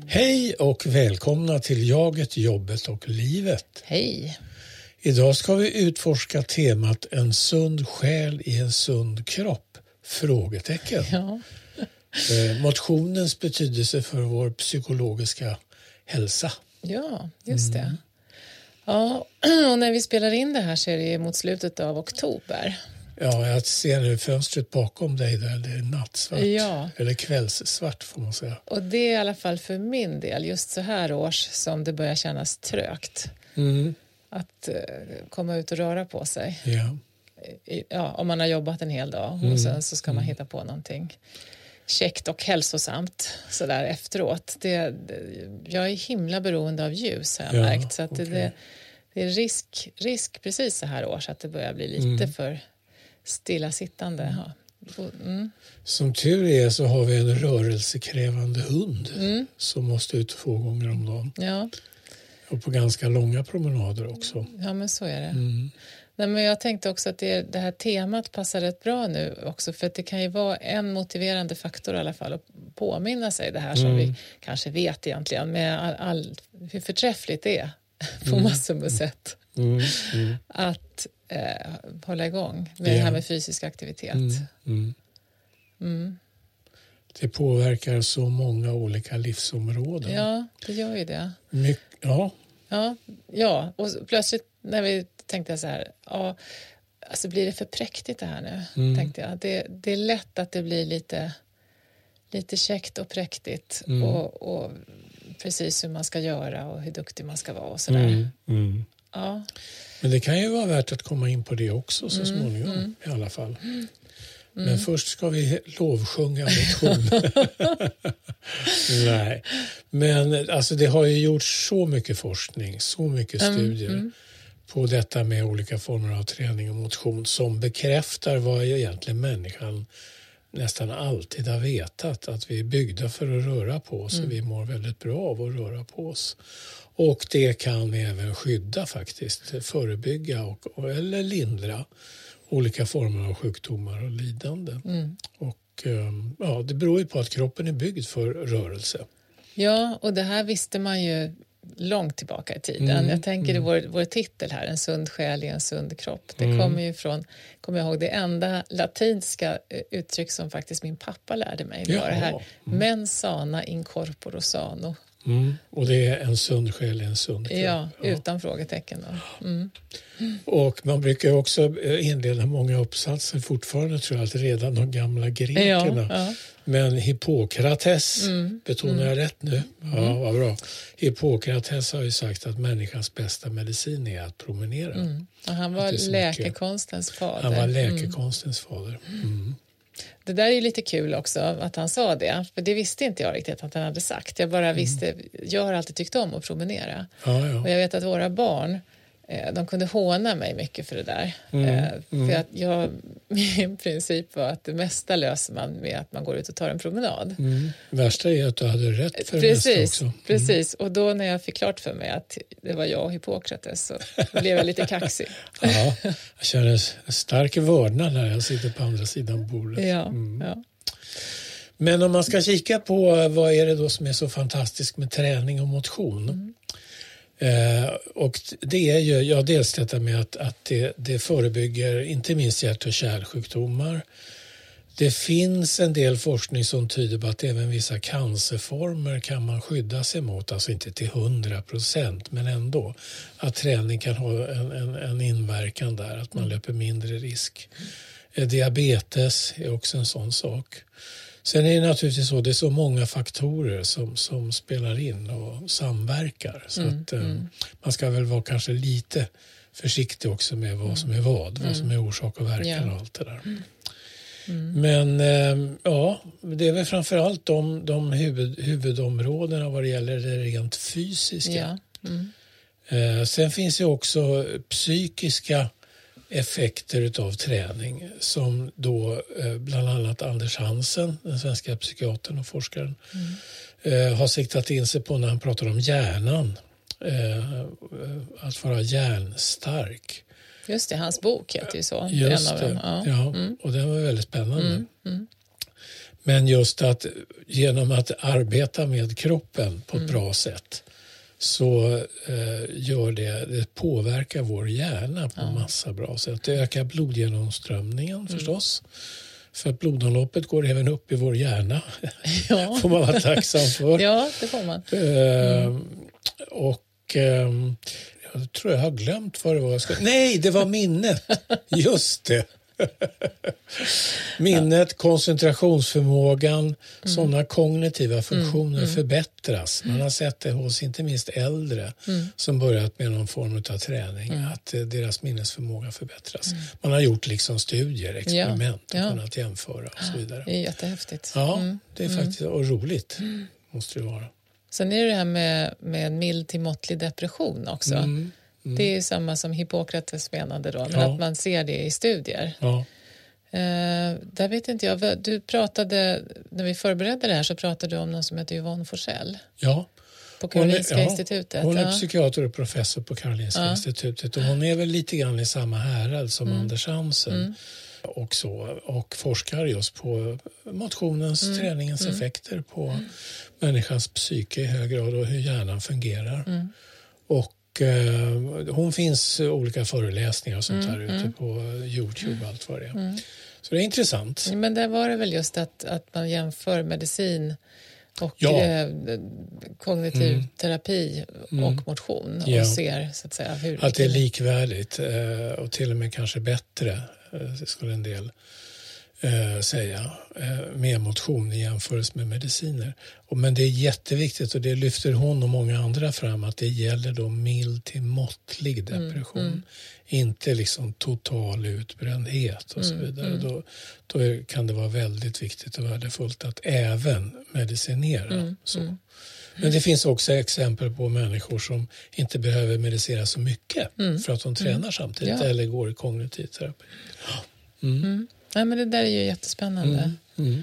Hej och välkomna till Jaget, jobbet och livet. Hej. Idag ska vi utforska temat en sund själ i en sund kropp? Frågetecken. Ja. Motionens betydelse för vår psykologiska hälsa. Ja, just det. Ja, och när vi spelar in det här så är det mot slutet av oktober. Ja, jag ser nu fönstret bakom dig där det är nattsvart. Ja. Eller kvällssvart får man säga. Och det är i alla fall för min del just så här års som det börjar kännas trögt. Att komma ut och röra på sig. Ja. Ja, om man har jobbat en hel dag och sen så ska man hitta på någonting käckt och hälsosamt så där efteråt. Jag är himla beroende av ljus har jag märkt. Så att det är risk precis så här års att det börjar bli lite för stillasittande. Ja. Som tur är så har vi en rörelsekrävande hund som måste ut 2 gånger om dagen. Ja. Och på ganska långa promenader också. Ja, men så är det. Nej, men jag tänkte också att det här temat passar rätt bra nu också, för att det kan ju vara en motiverande faktor i alla fall att påminna sig det här som vi kanske vet egentligen med hur förträffligt det är på massor med sätt. Att hålla igång med det här med fysisk aktivitet. Det påverkar så många olika livsområden. Ja, det gör ju det. Ja, och plötsligt när vi tänkte så här, alltså blir det för präktigt det här nu, tänkte jag. Det är lätt att det blir lite käckt och präktigt och precis hur man ska göra och hur duktig man ska vara och sådär. Ja. Men det kan ju vara värt att komma in på det också så småningom i alla fall. Men först ska vi lovsjunga motion. Nej, men alltså det har ju gjorts så mycket forskning, så mycket studier på detta med olika former av träning och motion som bekräftar vad egentligen människan nästan alltid har vetat, att vi är byggda för att röra på oss och vi mår väldigt bra av att röra på oss. Och det kan även skydda faktiskt, förebygga eller lindra olika former av sjukdomar och lidande. Och det beror ju på att kroppen är byggd för rörelse. Ja, och det här visste man ju långt tillbaka i tiden. Jag tänker vår titel här, en sund själ i en sund kropp. Det kommer ju från, kommer jag ihåg, det enda latinska uttryck som faktiskt min pappa lärde mig. Det var det här, mens sana in corpore sano. Och det är en sund själ i en sund kropp. Ja, utan frågetecken då. Och man brukar också inleda många uppsatser fortfarande, tror jag, att redan de gamla grekerna. Ja. Men Hippokrates, betonar jag rätt nu? Ja, vad bra. Hippokrates har ju sagt att människans bästa medicin är att promenera. Och han var läkekonstens fader. Han var läkekonstens fader. Det där är ju lite kul också att han sa det, för det visste inte jag riktigt att han hade sagt. Jag bara visste, jag har alltid tyckt om att promenera. Och jag vet att våra barn, de kunde håna mig mycket för det där. För att min princip var att det mesta löser man med att man går ut och tar en promenad. Värsta är att du hade rätt för det mesta också. Precis, och då när jag fick klart för mig att det var jag och Hippokrates så blev jag lite kaxig. Ja, jag känner en stark vördnad när jag sitter på andra sidan bordet. Ja. Men om man ska kika på vad är det då som är så fantastiskt med träning och motion? Och det är ju dels detta med att det förebygger inte minst hjärt- och kärlsjukdomar. Det finns en del forskning som tyder på att även vissa cancerformer kan man skydda sig mot, alltså inte till 100%, men ändå att träning kan ha en inverkan där, att man löper mindre risk. Diabetes är också en sån sak. Sen är det naturligtvis så, det är så många faktorer som spelar in och samverkar. Så att man ska väl vara kanske lite försiktig också med vad som är vad som är orsak och verkan och allt det där. Men det är väl framförallt de huvudområdena vad det gäller det rent fysiska. Sen finns ju också psykiska effekter utav träning som då bland annat Anders Hansen, den svenska psykiatern och forskaren, har siktat in sig på när han pratar om hjärnan. Att vara hjärnstark. Just det, hans bok heter ju så. Just det, och den var väldigt spännande. Men just att genom att arbeta med kroppen på ett bra sätt så gör det påverkar vår hjärna på massa bra sätt. Det ökar blodgenomströmningen förstås. För att blodomloppet går även upp i vår hjärna. Ja. Får man vara tacksam för. Ja, det får man. Jag tror jag har glömt vad det var. Nej, det var minnet. Just det. Minnet, koncentrationsförmågan, sådana kognitiva funktioner förbättras. Man har sett det hos inte minst äldre som börjat med någon form av träning, att deras minnesförmåga förbättras. Man har gjort liksom studier, experiment och kunnat jämföra och så vidare. Det är jättehäftigt. Ja, det är faktiskt och roligt måste det vara. Sen är det här med mild till måttlig depression också. Det är ju samma som Hippokrates menade då, men att man ser det i studier. Ja. Där vet inte jag, du pratade, när vi förberedde det här så pratade du om någon som heter Yvonne Forsell. Ja. På Karolinska institutet. Hon är psykiater och professor på Karolinska institutet och hon är väl lite grann i samma härad som Anders Hansen och forskar just på motionens, träningens effekter på människans psyke i hög grad och hur hjärnan fungerar. Och hon finns olika föreläsningar och sånt här ute på YouTube och allt vad det är. Så det är intressant. Men där var det väl just att man jämför medicin och kognitiv terapi och motion och ser så att säga hur att det är likvärdigt och till och med kanske bättre skulle en del säga med motion i jämförelse med mediciner. Men det är jätteviktigt och det lyfter hon och många andra fram att det gäller då mild till måttlig depression. Inte liksom total utbrändhet och så vidare. Då kan det vara väldigt viktigt och värdefullt att även medicinera. Så. Men det finns också exempel på människor som inte behöver medicinera så mycket för att de tränar samtidigt eller går i kognitiv terapi. Nej, men det där är ju jättespännande.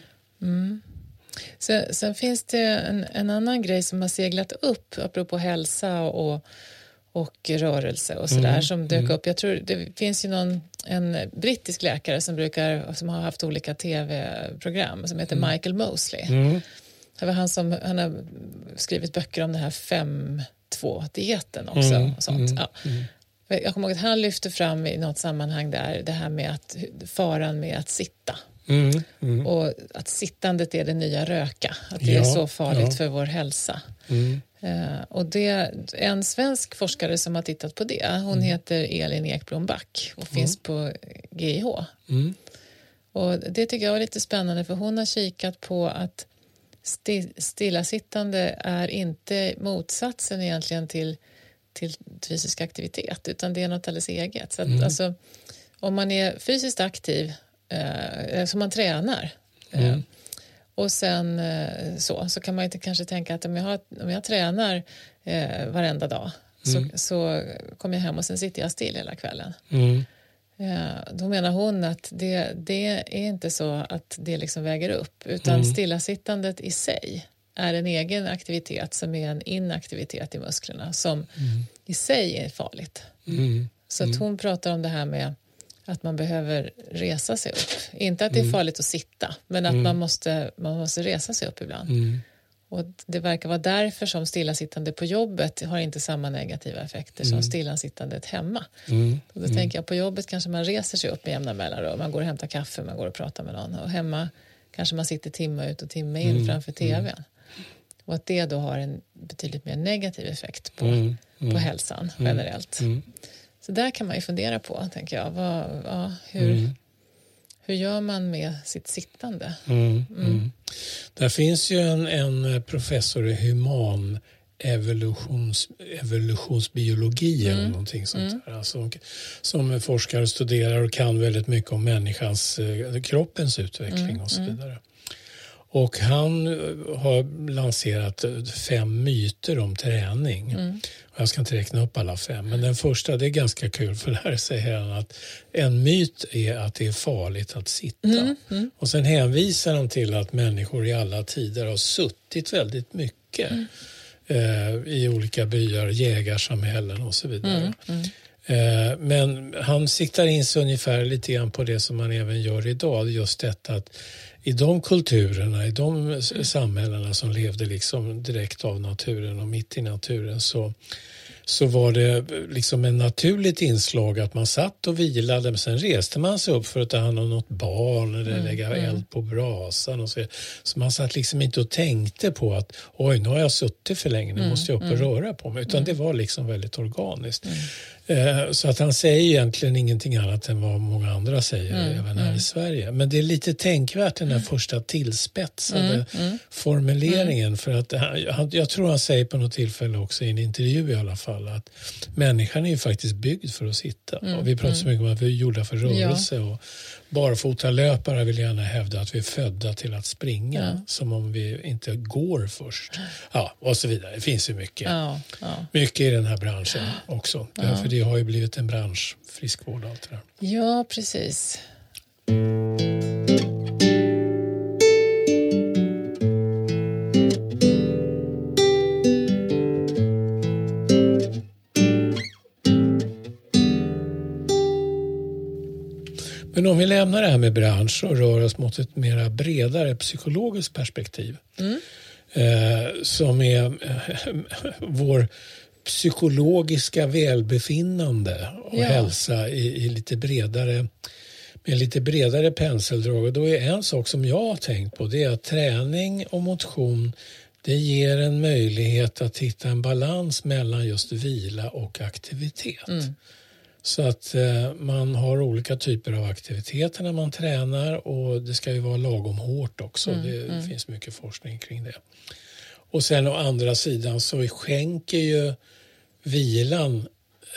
Sen finns det en annan grej som har seglat upp apropå hälsa och rörelse och sådär som dök upp. Jag tror det finns ju en brittisk läkare som har haft olika tv-program som heter Michael Mosley. Det var han har skrivit böcker om den här 5-2-dieten också och sånt. Ja. Jag kommer ihåg att han lyfte fram i något sammanhang där det här med faran med att sitta. Och att sittandet är det nya röka. Att det är så farligt för vår hälsa. Och det är en svensk forskare som har tittat på det. Hon heter Elin Ekblom Back och finns på GIH. Och det tycker jag var lite spännande för hon har kikat på att stillasittande är inte motsatsen egentligen till fysisk aktivitet utan det är något alldeles eget. Så att, alltså, om man är fysiskt aktiv som man tränar och sen så kan man inte kanske tänka att om jag tränar varenda dag så kommer jag hem och sen sitter jag still hela kvällen. Då menar hon att det är inte så att det liksom väger upp utan stillasittandet i sig är en egen aktivitet som är en inaktivitet i musklerna som i sig är farligt. Så att hon pratar om det här med att man behöver resa sig upp. Inte att det är farligt att sitta, men att man måste resa sig upp ibland. Och det verkar vara därför som stillasittande på jobbet har inte samma negativa effekter som stillasittandet hemma. Och då tänker jag på jobbet kanske man reser sig upp med jämna mellanrum. Man går och hämtar kaffe, man går och pratar med någon. Och hemma kanske man sitter timme ut och timme in framför tvn. Och att det då har en betydligt mer negativ effekt på hälsan generellt. Så där kan man ju fundera på, tänker jag. Hur gör man med sitt sittande? Där finns ju en professor i human evolutionsbiologi eller någonting sånt där. Alltså, som forskar och studerar och kan väldigt mycket om människans kroppens utveckling och så vidare. Och han har lanserat 5 myter om träning. Jag ska inte räkna upp alla 5, men den första, det är ganska kul för där säger han att en myt är att det är farligt att sitta. Och sen hänvisar han till att människor i alla tider har suttit väldigt mycket i olika byar, jägarsamhällen och så vidare. Men han siktar in sig ungefär lite grann på det som man även gör idag. Just detta att i de kulturerna, i de samhällena som levde liksom direkt av naturen och mitt i naturen så var det liksom en naturligt inslag att man satt och vilade, men sen reste man sig upp för att ta hand om något barn eller lägga eld på brasan och så man satt liksom inte och tänkte på att oj, nu har jag suttit för länge, nu måste jag upp och röra på mig, utan det var liksom väldigt organiskt. Så att han säger egentligen ingenting annat än vad många andra säger även här i Sverige. Men det är lite tänkvärt den här första tillspetsade formuleringen, för att jag tror han säger på något tillfälle också i en intervju i alla fall att människan är ju faktiskt byggd för att sitta. Och vi pratar så mycket om att vi är gjorda för rörelse och barfotalöpare vill gärna hävda att vi är födda till att springa som om vi inte går först. Ja, och så vidare. Det finns ju mycket i den här branschen också. För det har ju blivit en bransch, friskvård och allt det där. Ja, precis. Men om vi lämnar det här med bransch och rör oss mot ett mer bredare psykologiskt perspektiv som är vår psykologiska välbefinnande och hälsa i lite bredare, med lite bredare penseldrag. Och då är en sak som jag har tänkt på, det är att träning och motion, det ger en möjlighet att hitta en balans mellan just vila och aktivitet. Så att man har olika typer av aktiviteter när man tränar, och det ska ju vara lagom hårt också. Det finns mycket forskning kring det. Och sen å andra sidan så skänker ju vilan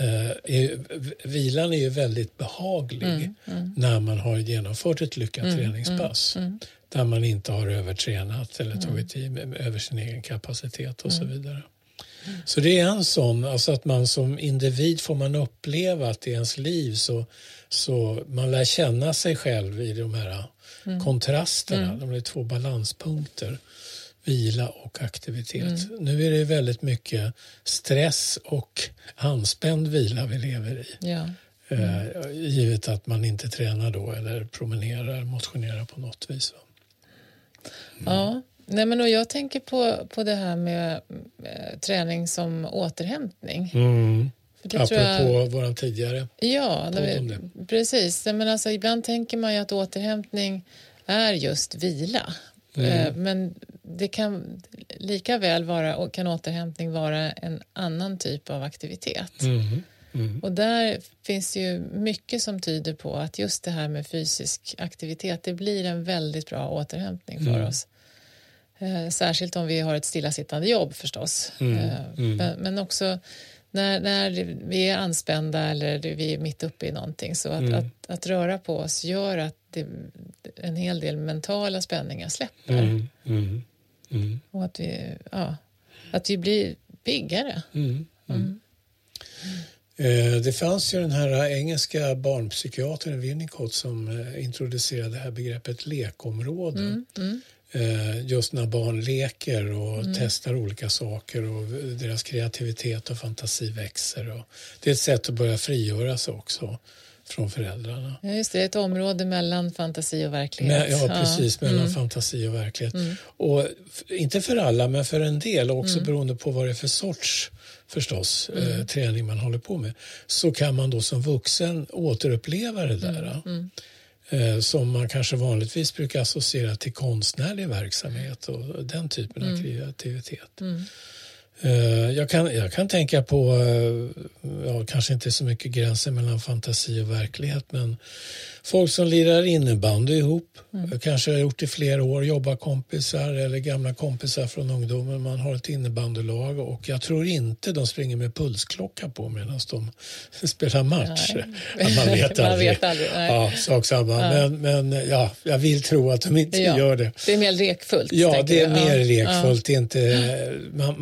är ju väldigt behaglig när man har genomfört ett lyckat träningspass. Där man inte har övertränat eller tagit över sin egen kapacitet och så vidare. Så det är en sån, alltså att man som individ får man uppleva att i ens liv så man lär känna sig själv i de här kontrasterna. De är två balanspunkter, vila och aktivitet. Nu är det väldigt mycket stress och anspänd vila vi lever i. Givet att man inte tränar då eller promenerar, motionerar på något vis. Ja. Nej, men och jag tänker på det här med träning som återhämtning. Apropå våran tidigare. Ja, precis. Men alltså, ibland tänker man ju att återhämtning är just vila. Men det kan lika väl kan återhämtning vara en annan typ av aktivitet. Och där finns ju mycket som tyder på att just det här med fysisk aktivitet, det blir en väldigt bra återhämtning för oss. Särskilt om vi har ett stillasittande jobb förstås. Men också när vi är anspända eller vi är mitt uppe i någonting. Så att röra på oss gör att en hel del mentala spänningar släpper. Och att vi blir piggare. Det fanns ju den här engelska barnpsykiatern Winnicott som introducerade det här begreppet lekområden. Just när barn leker och testar olika saker och deras kreativitet och fantasi växer. Och det är ett sätt att börja frigöra sig också från föräldrarna. Ja, just det är ett område mellan fantasi och verklighet. Precis, mellan fantasi och verklighet. Och inte för alla, men för en del, och också beroende på vad det är för sorts förstås träning man håller på med, så kan man då som vuxen återuppleva det där. Som man kanske vanligtvis brukar associera till konstnärlig verksamhet och den typen av kreativitet. Jag kan tänka på, kanske inte så mycket gränser mellan fantasi och verklighet, men folk som lirar innebandy ihop, kanske har gjort i flera år, jobbar kompisar eller gamla kompisar från ungdomen, man har ett innebandylag och jag tror inte de springer med pulsklocka på medan de spelar match. Man vet aldrig. Ja, sak samma. Men jag vill tro att de inte gör det. Det är mer lekfullt. Ja, det är mer lekfullt. Inte, man vill gärna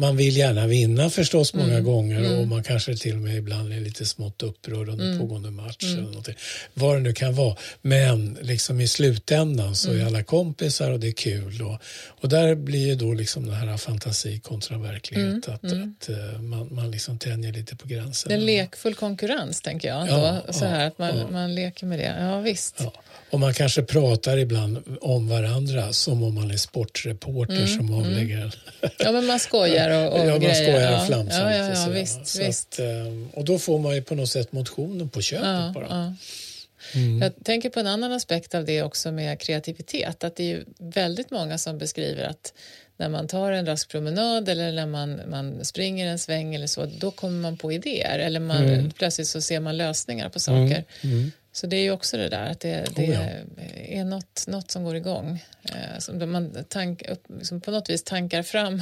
gärna vinna förstås många gånger och man kanske till och med ibland är lite smått upprörd under pågående match eller någonting. Vad det nu kan vara. Men liksom i slutändan så är alla kompisar och det är kul. Och där blir ju då liksom den här fantasi kontra verklighet. Att man liksom tänjer lite på gränsen. Det är en lekfull konkurrens tänker jag. Så här, att man leker med det. Ja visst. Ja. Och man kanske pratar ibland om varandra som om man är sportreporter som avlägger en. Ja, men man skojar och man grejer. Skojar och flamsar ja, lite. Visst. Och då får man ju på något sätt motionen på köpet bara. Ja. Jag tänker på en annan aspekt av det också med kreativitet. Att det är ju väldigt många som beskriver att när man tar en rask promenad eller när man springer en sväng eller så, då kommer man på idéer. Eller plötsligt så ser man lösningar på saker. Så det är ju också det där att det är något som går igång. Som man liksom på något vis tankar fram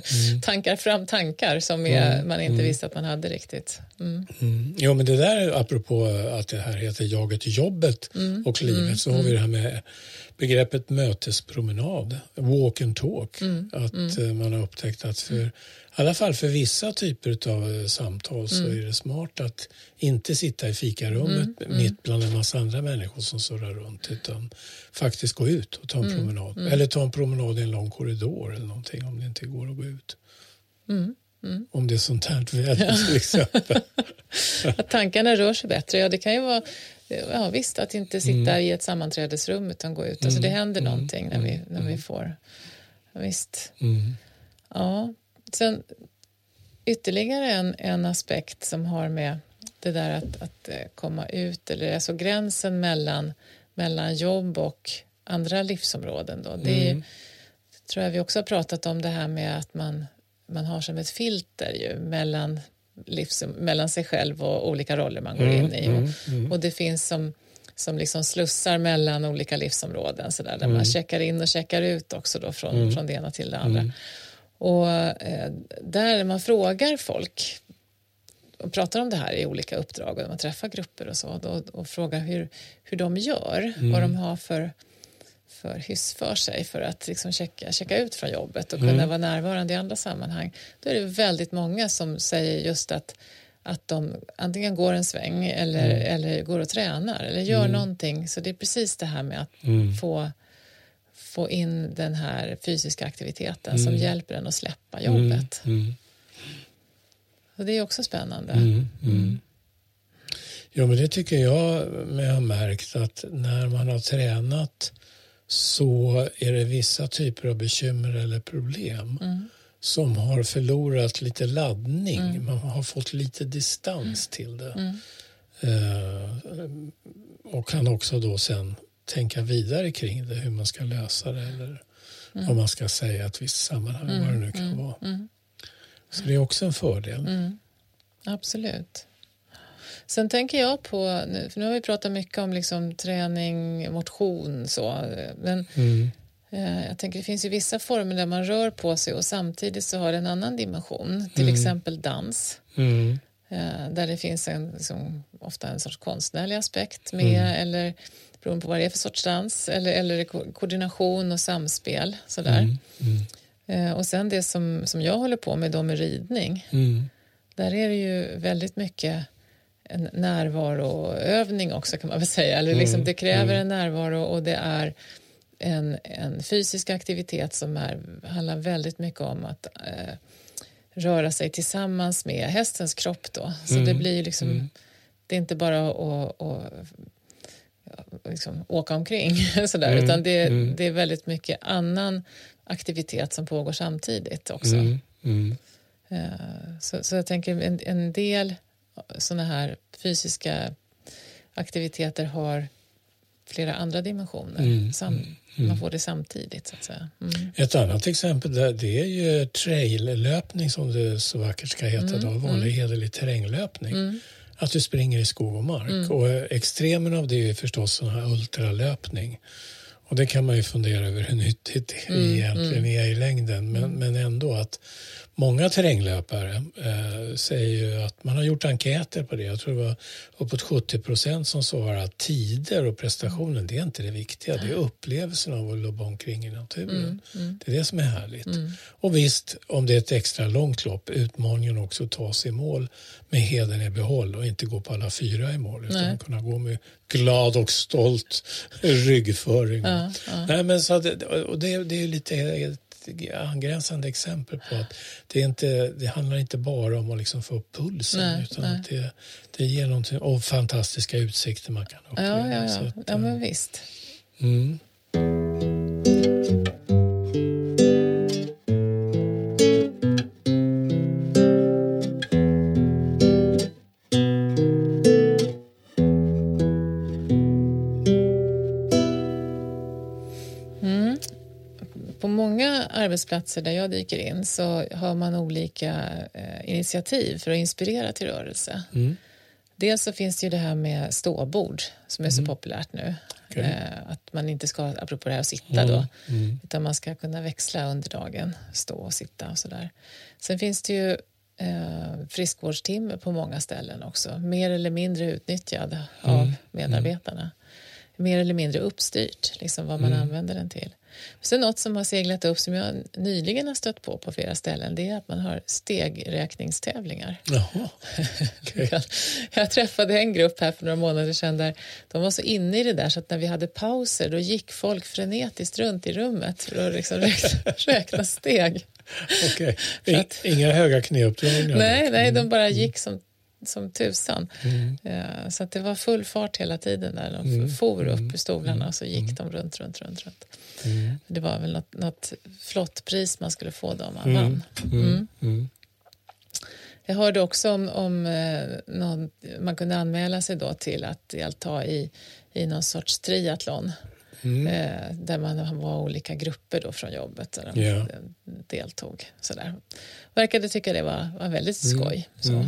tankar som man inte visste att man hade riktigt. Jo, men det där apropå att det här heter jaget till jobbet och livet så har vi det här med begreppet mötespromenad, walk and talk. Att man har upptäckt att i alla fall för vissa typer av samtal så är det smart att inte sitta i fikarummet mitt bland en massa andra människor som surrar runt utan faktiskt gå ut och ta en promenad. Eller ta en promenad i en lång korridor eller någonting om det inte går att gå ut. Om det är sånt här väder till exempel. Att tankarna rör sig bättre. Ja, det kan ju vara visst att inte sitta i ett sammanträdesrum utan gå ut. Alltså det händer någonting när vi får. Ja, visst. Ja. Sen ytterligare en aspekt som har med det där att komma ut eller alltså gränsen mellan jobb och andra livsområden då. Det tror jag vi också har pratat om det här med att man har som ett filter ju mellan sig själv och olika roller man går in i och det finns som liksom slussar mellan olika livsområden så där man checkar in och checkar ut också då från det ena till det andra. Och där man frågar folk och pratar om det här i olika uppdrag och man träffar grupper och så och frågar hur de gör, vad de har för hyss för sig för att liksom checka ut från jobbet och kunna vara närvarande i andra sammanhang. Då är det väldigt många som säger just att de antingen går en sväng eller går och tränar eller gör någonting. Så det är precis det här med att få in den här fysiska aktiviteten som hjälper en att släppa jobbet. Och det är också spännande. Ja, men det tycker jag med har märkt att när man har tränat så är det vissa typer av bekymmer eller problem som har förlorat lite laddning. Man har fått lite distans till det. Och kan också då sen tänka vidare kring det, hur man ska lösa det eller vad man ska säga i ett visst sammanhang, vad det nu kan vara. Så det är också en fördel. Absolut. Sen tänker jag på, för nu har vi pratat mycket om liksom träning, motion så, men jag tänker det finns ju vissa former där man rör på sig och samtidigt så har det en annan dimension, till exempel dans. Där det finns liksom, ofta en sorts konstnärlig aspekt med eller beroende på vad det är för sorts dans eller koordination och samspel sådär. Och sen det som jag håller på med då med ridning, där är det ju väldigt mycket en närvaroövning också kan man väl säga. Eller liksom, det kräver en närvaro och det är en fysisk aktivitet som handlar väldigt mycket om att röra sig tillsammans med hästens kropp då. Så det blir liksom, det är inte bara att liksom åka omkring sådär, utan det är väldigt mycket annan aktivitet som pågår samtidigt också. Så jag tänker en del såna här fysiska aktiviteter har flera andra dimensioner. Man får det samtidigt så att säga. Ett annat exempel där, det är ju traillöpning som det så vackert ska heta då, vanlig hederlig terränglöpning. Att du springer i skog och mark. Och extremen av det är förstås sån här ultralöpning. Och det kan man ju fundera över hur nyttigt det egentligen är i längden. Men ändå att många terränglöpare säger ju att man har gjort enkäter på det. Jag tror det var uppåt 70% som svarar att tider och prestationen, det är inte det viktiga. Det är upplevelsen av att lobba omkring i naturen. Det är det som är härligt. Och visst, om det är ett extra långt lopp, utmaningen också att ta sig i mål med hedern i behåll och inte gå på alla 4 i mål utan kunna gå med glad och stolt ryggföring. Nej, men så det är lite ett angränsande exempel på att det handlar inte bara om att liksom få upp pulsen utan att det ger någonting, och fantastiska utsikter man kan uppleva. Ja, men visst. På många arbetsplatser där jag dyker in så har man olika initiativ för att inspirera till rörelse. Dels så finns det ju det här med ståbord som är så populärt nu. Okay. Att man inte ska, apropå det här att sitta då, utan man ska kunna växla under dagen, stå och sitta och sådär. Sen finns det ju friskvårdstimme på många ställen också. Mer eller mindre utnyttjad av medarbetarna. Mer eller mindre uppstyrt, liksom vad man använder den till. Sen något som har seglat upp som jag nyligen har stött på flera ställen, det är att man har stegräkningstävlingar. Jaha. Okay. Jag träffade en grupp här för några månader sedan där de var så inne i det där så att när vi hade pauser då gick folk frenetiskt runt i rummet för att liksom räkna steg. Okej. Inga höga knäuppdragningar? Nej, de bara gick som tusan. Så att det var full fart hela tiden där. De for upp i stolarna och så gick de runt. Det var väl något flott pris man skulle få då om man vann. Jag hörde också om man kunde anmäla sig då till att delta i någon sorts triathlon. Där man var olika grupper då från jobbet där de deltog. Sådär. Verkade tycka det var väldigt skoj.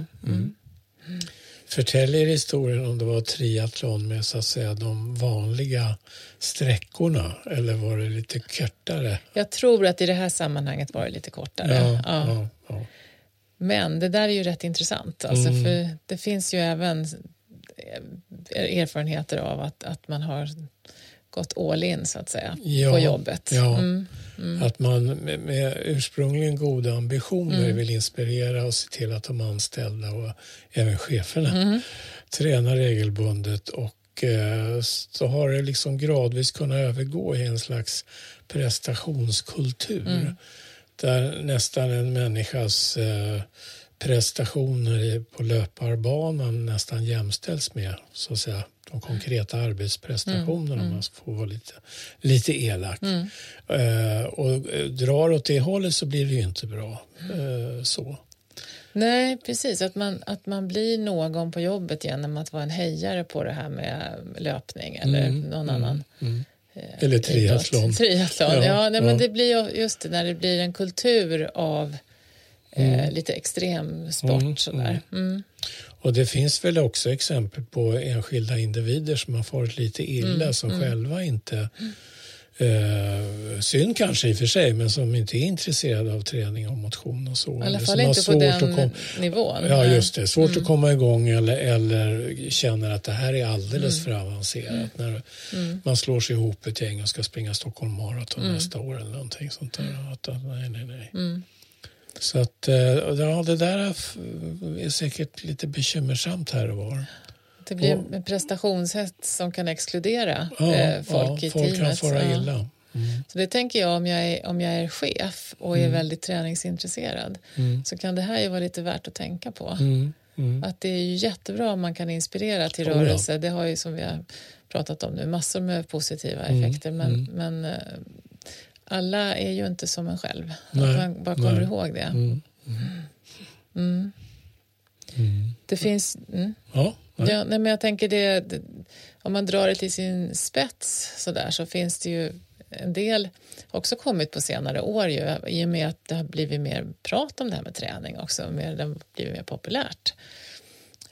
Förtälj er historien om det var triathlon med så att säga de vanliga sträckorna eller var det lite kortare? Jag tror att i det här sammanhanget var det lite kortare. Ja. Men det där är ju rätt intressant. Alltså för det finns ju även erfarenheter av att man har gått all in så att säga på jobbet. Ja. Att man med ursprungligen goda ambitioner vill inspirera och se till att de anställda och även cheferna tränar regelbundet och så har det liksom gradvis kunnat övergå i en slags prestationskultur där nästan en människas prestationer på löparbanan nästan jämställs med så att säga de konkreta arbetsprestationerna om man får vara lite elak. Och drar åt det hållet så blir det ju inte bra så. Nej, precis. Att man blir någon på jobbet genom att vara en hejare på det här med löpning eller någon annan. Eller triathlon. Men det blir just det, när det blir en kultur av lite extrem sport sådär. Och det finns väl också exempel på enskilda individer som har farit lite illa som själva inte synd kanske i och för sig men som inte är intresserade av träning och motion och så. I alla fall inte på den nivån. Ja, just det. Svårt att komma igång eller känner att det här är alldeles för avancerat. När man slår sig ihop ett gäng och ska springa Stockholm Marathon nästa år eller någonting sånt där. Nej. Så att det där är säkert lite bekymmersamt här och var. Det blir en prestationshets som kan exkludera folk i folk teamet. Kan fara illa. Så det tänker jag om jag är chef och är väldigt träningsintresserad så kan det här ju vara lite värt att tänka på. Att det är ju jättebra om man kan inspirera till rörelse. Det har ju som vi har pratat om nu massor med positiva effekter men alla är ju inte som en själv. Att man bara kommer ihåg det. Det finns... men jag tänker det om man drar det till sin spets så finns det ju en del också kommit på senare år ju, i och med att det har blivit mer prat om det här med träning också, det har blivit mer populärt.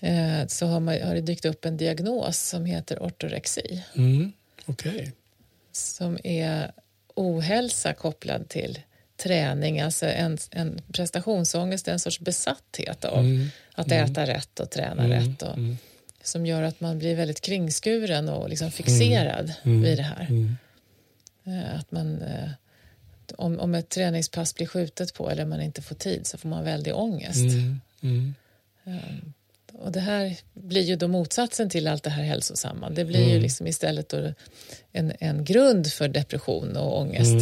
Så har det dykt upp en diagnos som heter ortorexi. Okej. som är ohälsa kopplad till träning, alltså en prestationsångest, en sorts besatthet av att äta rätt och träna rätt och som gör att man blir väldigt kringskuren och liksom fixerad vid det här. Att man om ett träningspass blir skjutet på eller man inte får tid så får man väldigt ångest. Och det här blir ju då motsatsen till allt det här hälsosamma. Det blir ju liksom istället då en grund för depression och ångest.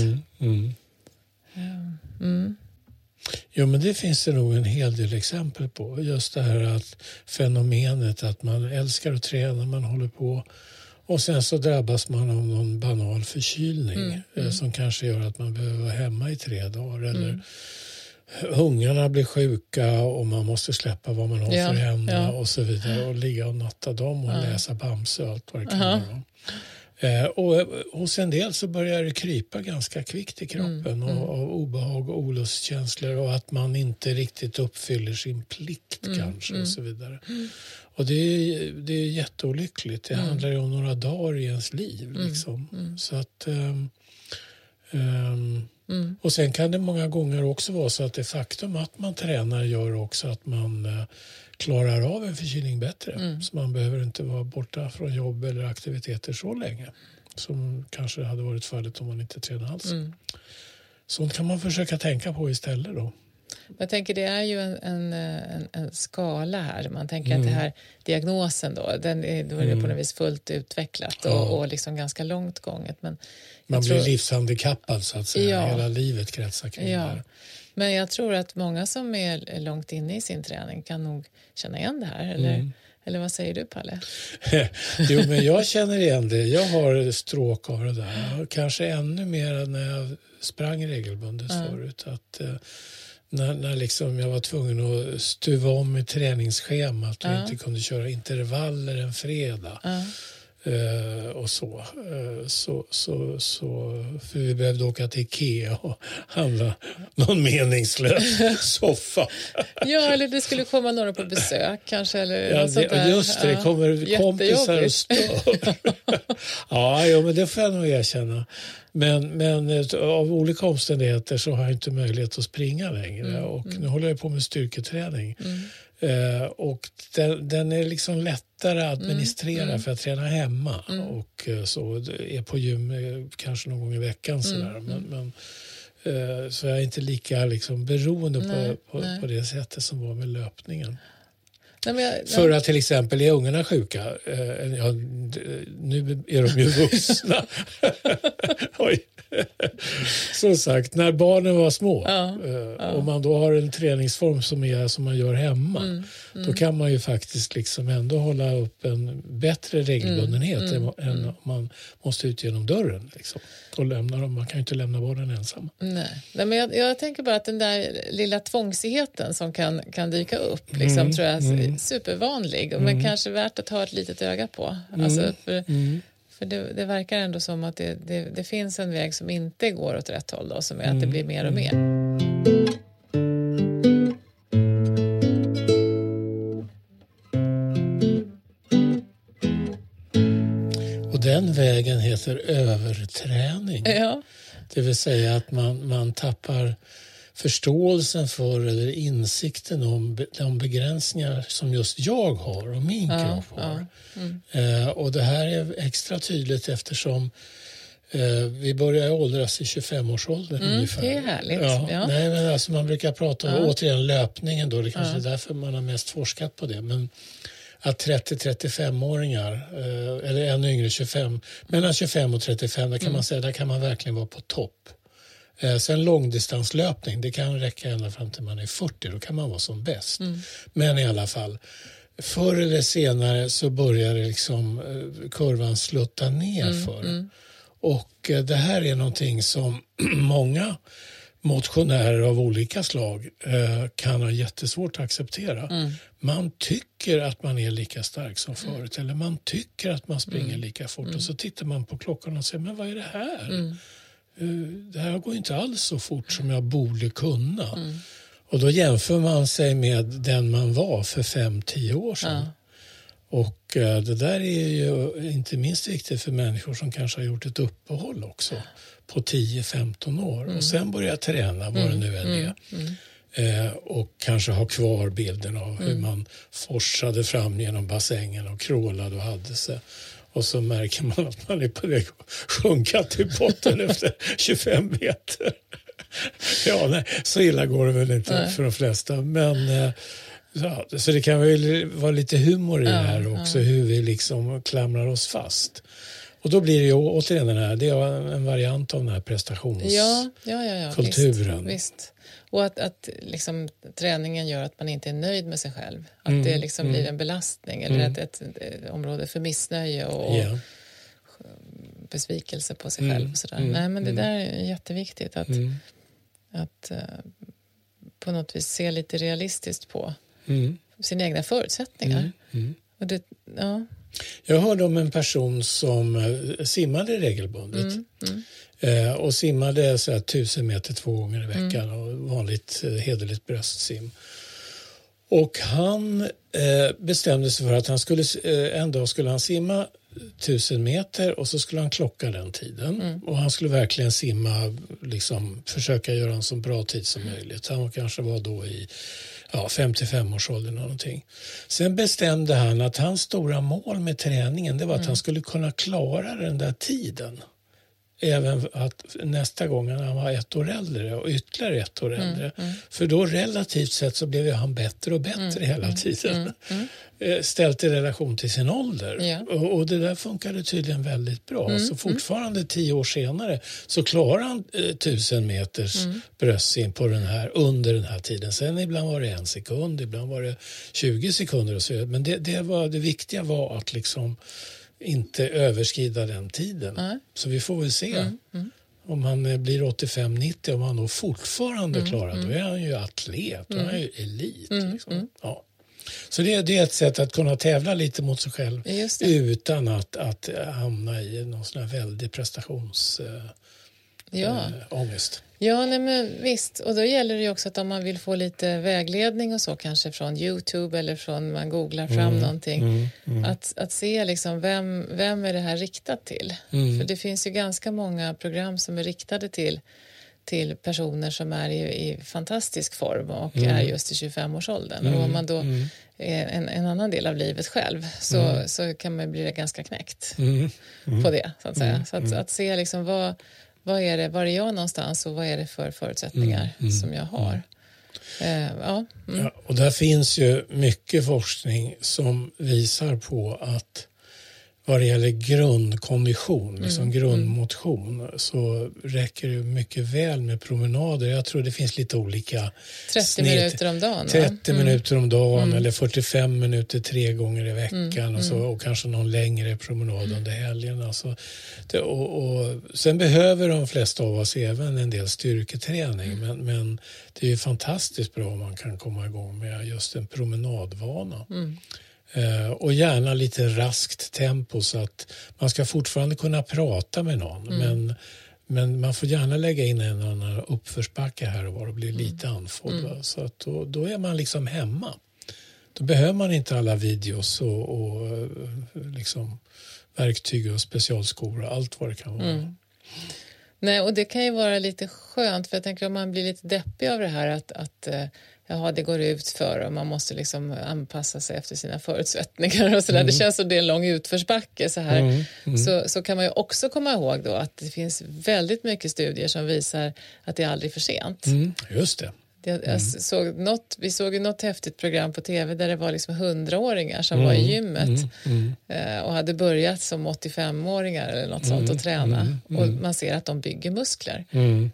Jo, men det finns det nog en hel del exempel på. Just det här att fenomenet att man älskar att träna, man håller på och sen så drabbas man av någon banal förkylning som kanske gör att man behöver vara hemma i 3 dagar eller ungarna blir sjuka och man måste släppa vad man har för händerna och så vidare och ligga och natta dem och läsa Bamse och allt vad det kan vara. Och hos en del så börjar det krypa ganska kvickt i kroppen av obehag och olustkänslor och att man inte riktigt uppfyller sin plikt kanske och så vidare. Och det är jätteolyckligt. Det handlar ju om några dagar i ens liv liksom. Så att och sen kan det många gånger också vara så att det faktum att man tränar gör också att man klarar av en förkylning bättre. Så man behöver inte vara borta från jobb eller aktiviteter så länge som kanske hade varit fallet om man inte tränar alls. Sånt kan man försöka tänka på istället då. Jag tänker det är ju en skala här. Man tänker att det här diagnosen då är det på något vis fullt utvecklat och liksom ganska långt gånget. Men man blir livshandikappad så att säga. Hela livet kretsar kring det här. Men jag tror att många som är långt inne i sin träning kan nog känna igen det här. Eller vad säger du, Palle? Jo, men jag känner igen det. Jag har stråk av det där. Kanske ännu mer än när jag sprang regelbundet förut. Att när liksom jag var tvungen att stuva om i träningsschemat och inte kunde köra intervaller en fredag. Och så för vi behövde åka till Ikea och handla någon meningslös soffa. Ja, eller det skulle komma några på besök kanske. Eller något sånt där. Just det kommer kompisar och stör. Ja, men det får jag nog erkänna. Men av olika omständigheter så har jag inte möjlighet att springa längre. Och nu håller jag på med styrketräning. Och den är liksom lättare att administrera för att träna hemma och så är på gym kanske någon gång i veckan sådär. Men så jag är inte lika liksom beroende på det sättet som var med löpningen. För att till exempel är ungarna sjuka, nu är de ju vuxna. Oj. Som sagt, när barnen var små och man då har en träningsform som man gör hemma, då kan man ju faktiskt liksom ändå hålla upp en bättre regelbundenhet än om man måste ut genom dörren liksom, och lämna dem. Man kan ju inte lämna barnen ensamma. Nej, men jag tänker bara att den där lilla tvångsigheten som kan dyka upp liksom, tror jag är supervanlig, men kanske värt att ha ett litet öga på. Alltså, för det verkar ändå som att det finns en väg som inte går åt rätt håll då, som är att det blir mer och mer. Och den vägen heter överträning. Ja. Det vill säga att man tappar förståelsen för eller insikten om de begränsningar som just jag har och min kropp har. Och det här är extra tydligt eftersom vi börjar åldras i 25-årsåldern ungefär. Det är härligt. Ja. Nej, men alltså man brukar prata om återigen löpningen då. Det kanske är därför man har mest forskat på det. Men att 30-35-åringar eller ännu yngre 25, mellan 25 och 35, där kan man säga där kan man verkligen vara på topp. Sen långdistanslöpning, det kan räcka ända fram till man är 40, då kan man vara som bäst. Men i alla fall, förr eller senare så börjar det liksom kurvan slutta ner för. Och det här är någonting som många motionärer av olika slag kan ha jättesvårt att acceptera. Man tycker att man är lika stark som förut, eller man tycker att man springer lika fort, och så tittar man på klockan och säger, men vad är det här? Det här går inte alls så fort som jag borde kunna. Och då jämför man sig med den man var för 5-10 år sedan. Och det där är ju inte minst viktigt för människor som kanske har gjort ett uppehåll också på 10-15 år och sen börjar träna vad det nu än är. Och kanske ha kvar bilden av hur man forsade fram genom bassängen och krålade och hade sig. Och så märker man att man är på väg att sjunka till botten efter 25 meter. Ja, nej, så illa går det väl inte för de flesta. Men ja, så det kan väl vara lite humor i det här också, hur vi liksom klamrar oss fast. Och då blir det ju återigen det är en variant av den här prestationskulturen. Visst. Och att liksom, träningen gör att man inte är nöjd med sig själv. Att det liksom blir en belastning eller ett område för missnöje och besvikelse på sig själv. Och sådär. Nej, men det där är jätteviktigt att på något vis se lite realistiskt på sina egna förutsättningar. Och det, Jag hörde om en person som simmade regelbundet. Och simmade så här 1000 meter 2 gånger i veckan och vanligt hederligt bröstsim. Och han bestämde sig för att han skulle en dag skulle han simma 1000 meter och så skulle han klocka den tiden. Och han skulle verkligen simma, liksom försöka göra en så bra tid som möjligt. Han kanske var då i 55-årsåldern eller någonting. Sen bestämde han att hans stora mål med träningen, det var att han skulle kunna klara den där tiden. Även att nästa gång han var 1 år äldre och ytterligare 1 år äldre. För då relativt sett så blev han bättre och bättre hela tiden. Ställt i relation till sin ålder. Och det där funkade tydligen väldigt bra. Så fortfarande 10 år senare så klarar han 1000 meters bröstsim på under den här tiden. Sen ibland var det 1 sekund, ibland var det 20 sekunder och så. Men det viktiga var att liksom inte överskrida den tiden. Så vi får väl se om han blir 85-90, om han då fortfarande klarar, då är han ju atlet, då är han ju elit. Liksom. Ja. Så det är ett sätt att kunna tävla lite mot sig själv utan att hamna i någon sån här väldig prestationsångest. Ja, nej men visst. Och då gäller det ju också att om man vill få lite vägledning och så, kanske från YouTube eller från man googlar fram någonting, att se liksom vem är det här riktat till? För det finns ju ganska många program som är riktade till personer som är i fantastisk form och är just i 25-årsåldern. Och om man då är en annan del av livet själv så kan man bli ganska knäckt på det, så att säga. Så att se liksom var är jag någonstans och vad är det för förutsättningar som jag har. Ja, och där finns ju mycket forskning som visar på att vad det gäller grundkondition, liksom grundmotion, så räcker det mycket väl med promenader. Jag tror det finns lite olika 30 minuter om dagen. 30 minuter om dagen eller 45 minuter 3 gånger i veckan och kanske någon längre promenad under helgen. Alltså, och sen behöver de flesta av oss även en del styrketräning, men det är ju fantastiskt bra om man kan komma igång med just en promenadvana. Och gärna lite raskt tempo så att man ska fortfarande kunna prata med någon. Men man får gärna lägga in en annan uppförsbacke här och var och bli lite andfådd. Så att då är man liksom hemma. Då behöver man inte alla videos och liksom verktyg och specialskor och allt vad det kan vara. Nej, och det kan ju vara lite skönt, för jag tänker om man blir lite deppig av det här att det går ut för och man måste liksom anpassa sig efter sina förutsättningar och sådär. Det känns som det är en lång utförsbacke så här. Så kan man ju också komma ihåg då att det finns väldigt mycket studier som visar att det är aldrig för sent. Just det. Vi såg ju något häftigt program på tv där det var liksom 100-åringar som var i gymmet och hade börjat som 85-åringar eller något sånt att träna. Och man ser att de bygger muskler.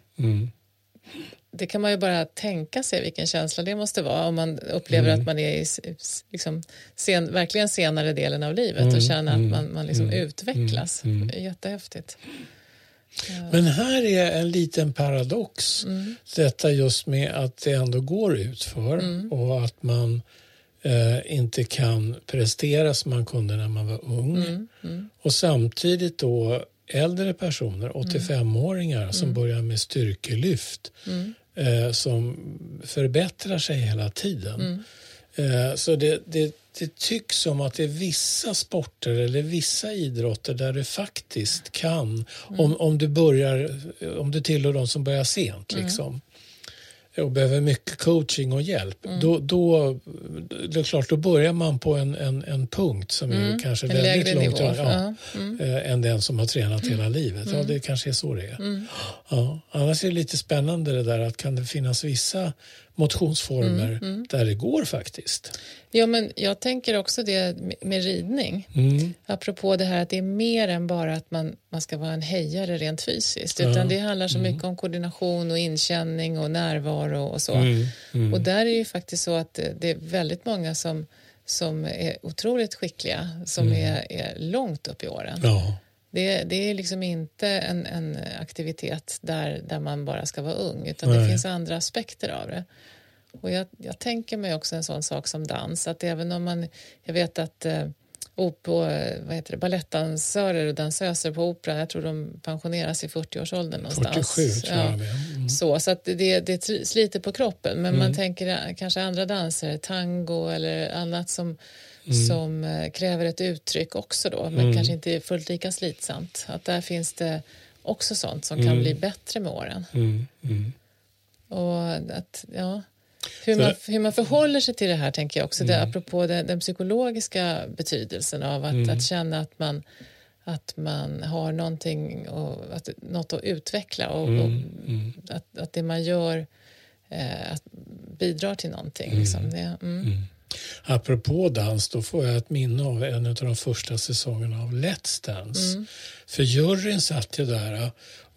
Det kan man ju bara tänka sig vilken känsla det måste vara om man upplever att man är i liksom verkligen senare delen av livet och känner att man liksom utvecklas. Det är jättehäftigt. Men här är en liten paradox. Detta just med att det ändå går ut för och att man inte kan prestera som man kunde när man var ung. Och samtidigt då äldre personer, 85-åringar som börjar med styrkelyft som förbättrar sig hela tiden. Så det tycks som att det är vissa sporter eller vissa idrotter där du faktiskt kan, om du tillhör de som börjar sent liksom, och behöver mycket coaching och hjälp, då det är klart, då börjar man på en punkt som är kanske väldigt långt än den som har tränat hela livet. Ja, det kanske är så det är. Ja, annars är det lite spännande det där att kan det finnas vissa motionsformer där det går faktiskt. Ja, men jag tänker också det med ridning. Apropå det här att det är mer än bara att man ska vara en hejare rent fysiskt. Utan det handlar så mycket om koordination och inkänning och närvaro och så. Och där är det ju faktiskt så att det är väldigt många som är otroligt skickliga, som är långt upp i åren. Ja. Det är liksom inte en aktivitet där man bara ska vara ung, utan det finns andra aspekter av det. Och jag tänker mig också en sån sak som dans, att även om jag vet att balettdansörer och dansöser på opera, jag tror de pensioneras i 40-årsåldern någonstans. 47 tror jag. Så att det sliter på kroppen, men man tänker kanske andra danser, tango eller annat som kräver ett uttryck också då, men kanske inte är fullt lika slitsamt. Att där finns det också sånt som kan bli bättre med åren. Och att, hur man förhåller sig till det här, tänker jag också, det, apropå den psykologiska betydelsen av att känna att man har någonting något att utveckla och att det man gör att bidrar till någonting. Liksom. Apropå dans, då får jag ett minne av en av de första säsongerna av Let's Dance. För juryn satt ju där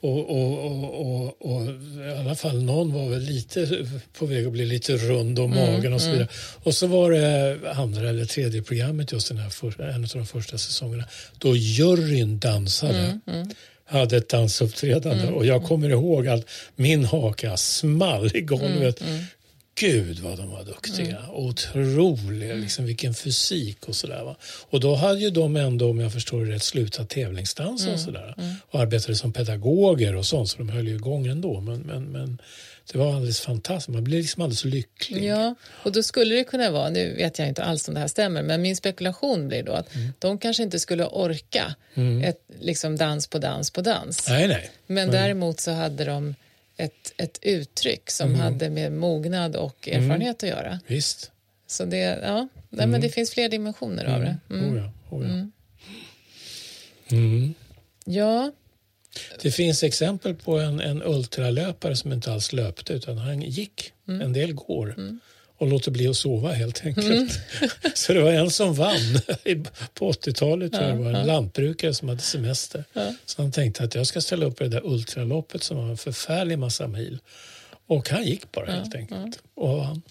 och i alla fall någon var väl lite på väg att bli lite rund om magen och så vidare. Och så var det andra eller tredje programmet just en av de första säsongerna då juryn dansade. Hade ett dansuppträdande och jag kommer ihåg att min haka small i golvet. Gud vad de var duktiga. Otroliga, liksom vilken fysik och sådär, va. Och då hade ju de ändå, om jag förstår det rätt, slutat tävlingsdans och sådär. Och arbetade som pedagoger och sånt, så de höll ju igång ändå. Men det var alldeles fantastiskt. Man blev liksom alldeles lycklig. Ja, och då skulle det kunna vara, nu vet jag inte alls om det här stämmer, men min spekulation blir då att de kanske inte skulle orka ett liksom dans på dans. Nej. Men däremot så hade de ett uttryck som hade med mognad och erfarenhet att göra. Visst. Så det, men det finns fler dimensioner av det. Ja. Det finns exempel på en ultralöpare som inte alls löpte, utan han gick. En del går. Och låter bli att sova helt enkelt. Så det var en som vann på 80-talet. Det var en lantbrukare som hade semester. Så han tänkte att jag ska ställa upp i det där ultraloppet som var en förfärlig massa mil. Och han gick bara helt enkelt. Och vann.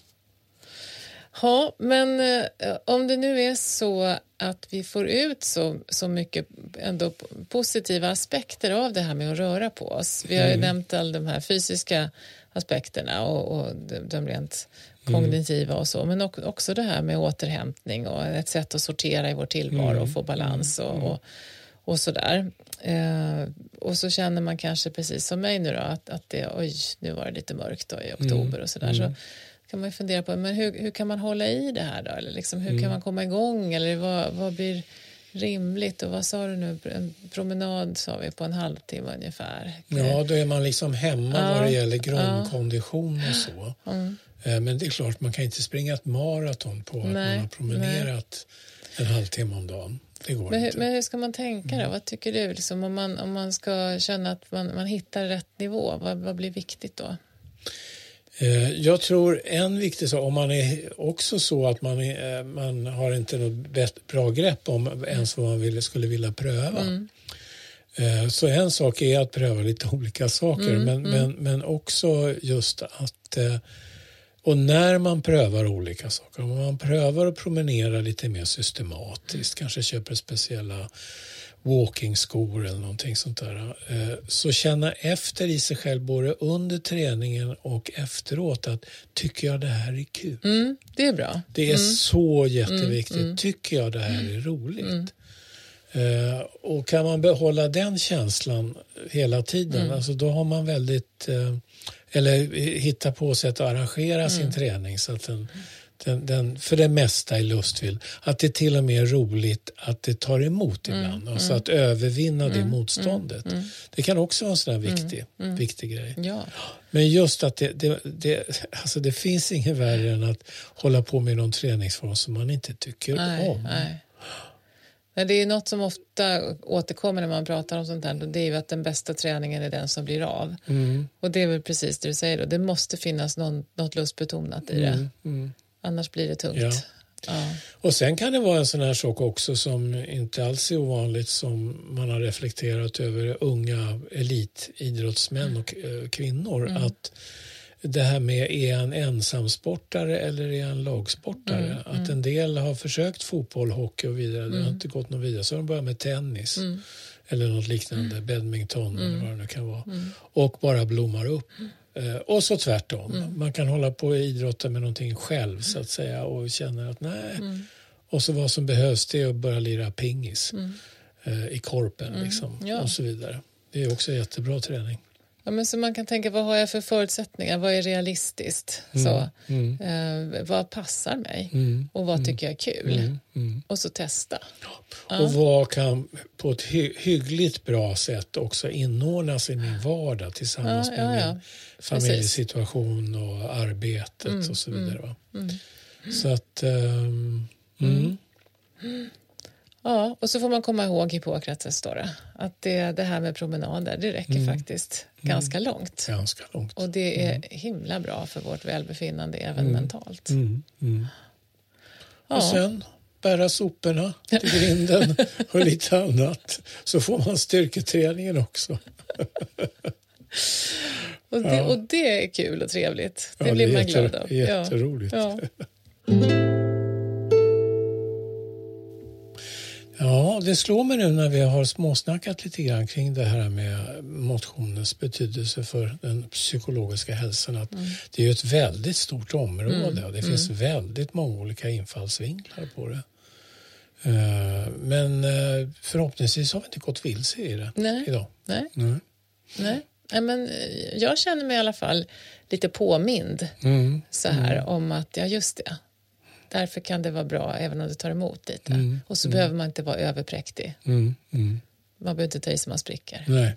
Ja, men om det nu är så att vi får ut så mycket ändå positiva aspekter av det här med att röra på oss. Vi har ju nämnt alla de här fysiska aspekterna och de rent kognitiva och så, men också det här med återhämtning och ett sätt att sortera i vår tillvaro och få balans och sådär. Och så känner man kanske precis som mig nu då att nu var det lite mörkt då i oktober och sådär, så kan man ju fundera på, men hur kan man hålla i det här då? Eller liksom, hur kan man komma igång? Eller vad blir rimligt? Och vad sa du nu? En promenad sa vi på en halvtimme ungefär. Ja, då är man liksom hemma vad det gäller grundkondition och så. Men det är klart, man kan inte springa ett maraton på att man har promenerat en halvtimme om dagen. Det går inte. Men hur ska man tänka då? Vad tycker du? Liksom, om man ska känna att man hittar rätt nivå, vad blir viktigt då? Jag tror en viktig sak, om man är också så att man har inte något bra grepp om ens vad man skulle vilja pröva. Så en sak är att pröva lite olika saker, men också just att och när man prövar olika saker, om man prövar att promenera lite mer systematiskt, kanske köper speciella walking-skor eller någonting sånt där, så känna efter i sig själv både under träningen och efteråt att tycker jag det här är kul? Det är bra. Det är så jätteviktigt. Tycker jag det här är roligt? Och kan man behålla den känslan hela tiden, alltså då har man väldigt eller hitta på sätt att arrangera sin träning så att för det mesta är lustfylld. Att det till och med är roligt att det tar emot ibland. Alltså att övervinna det motståndet. Det kan också vara en sån här viktig grej. Ja. Men just att alltså det finns inget värre än att hålla på med någon träningsform som man inte tycker om. Nej. Men det är något som ofta återkommer när man pratar om sånt här. Det är ju att den bästa träningen är den som blir av. Och det är väl precis det du säger då. Det måste finnas något lustbetonat i det. Annars blir det tungt. Ja. Och sen kan det vara en sån här sak också som inte alls är ovanligt, som man har reflekterat över unga elitidrottsmän och kvinnor. Att det här med, är en ensamsportare eller är en lagsportare? Att en del har försökt fotboll, hockey och vidare. Det har inte gått något vidare. Så de börjar med tennis eller något liknande, badminton eller vad det nu kan vara. Och bara blommar upp. Och så tvärtom. Man kan hålla på och idrotta med någonting själv så att säga och känner att nej. Och så vad som behövs, det är att börja lira pingis i korpen liksom, och så vidare. Det är också jättebra träning. Ja, men så man kan tänka, vad har jag för förutsättningar? Vad är realistiskt? Vad passar mig? Och vad tycker jag är kul? Och så testa. Och vad kan på ett hyggligt bra sätt också inordnas i min vardag tillsammans med min familjesituation och arbetet och så vidare. Va? Så att... Ja, och så får man komma ihåg Hippokrates då, att det här med promenader, det räcker faktiskt ganska långt. Ganska långt. Och det är himla bra för vårt välbefinnande även mentalt. Och sen bära soporna till grinden och lite annat. Så får man styrketräningen också. Och det är kul och trevligt. Det blir man glad av. Jätteroligt. Ja, det slår mig nu när vi har småsnackat lite grann kring det här med motionens betydelse för den psykologiska hälsan. Att det är ju ett väldigt stort område och det finns väldigt många olika infallsvinklar på det. Men förhoppningsvis har vi inte gått vilse i det idag. Nej, men jag känner mig i alla fall lite påmind så här om att, ja just det. Därför kan det vara bra även om det tar emot lite. Och så behöver man inte vara överpräktig. Man behöver inte ta i så man spricker. Nej.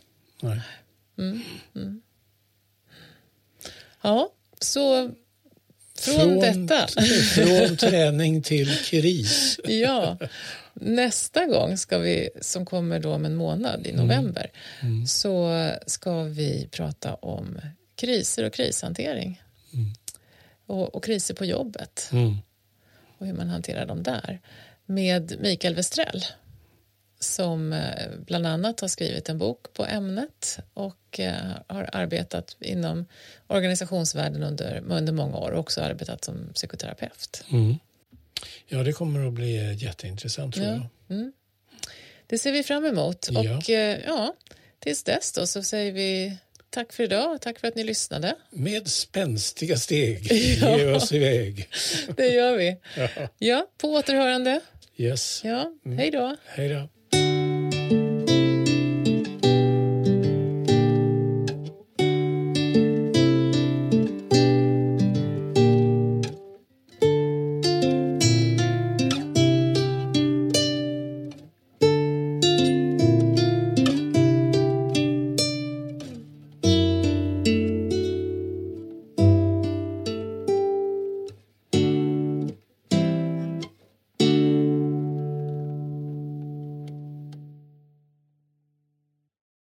Ja, så från detta. Från träning till kris. Ja, nästa gång ska vi, som kommer då om en månad i november, så ska vi prata om kriser och krishantering. Och kriser på jobbet. Och hur man hanterar dem där. Med Mikael Westrell, som bland annat har skrivit en bok på ämnet och har arbetat inom organisationsvärlden under många år och också arbetat som psykoterapeut. Ja, det kommer att bli jätteintressant tror jag. Det ser vi fram emot. Och tills dess då så säger vi tack för idag och tack för att ni lyssnade. Med spänstiga steg ger oss iväg. Det gör vi. Ja, på återhörande. Yes. Ja, hej då. Hej då.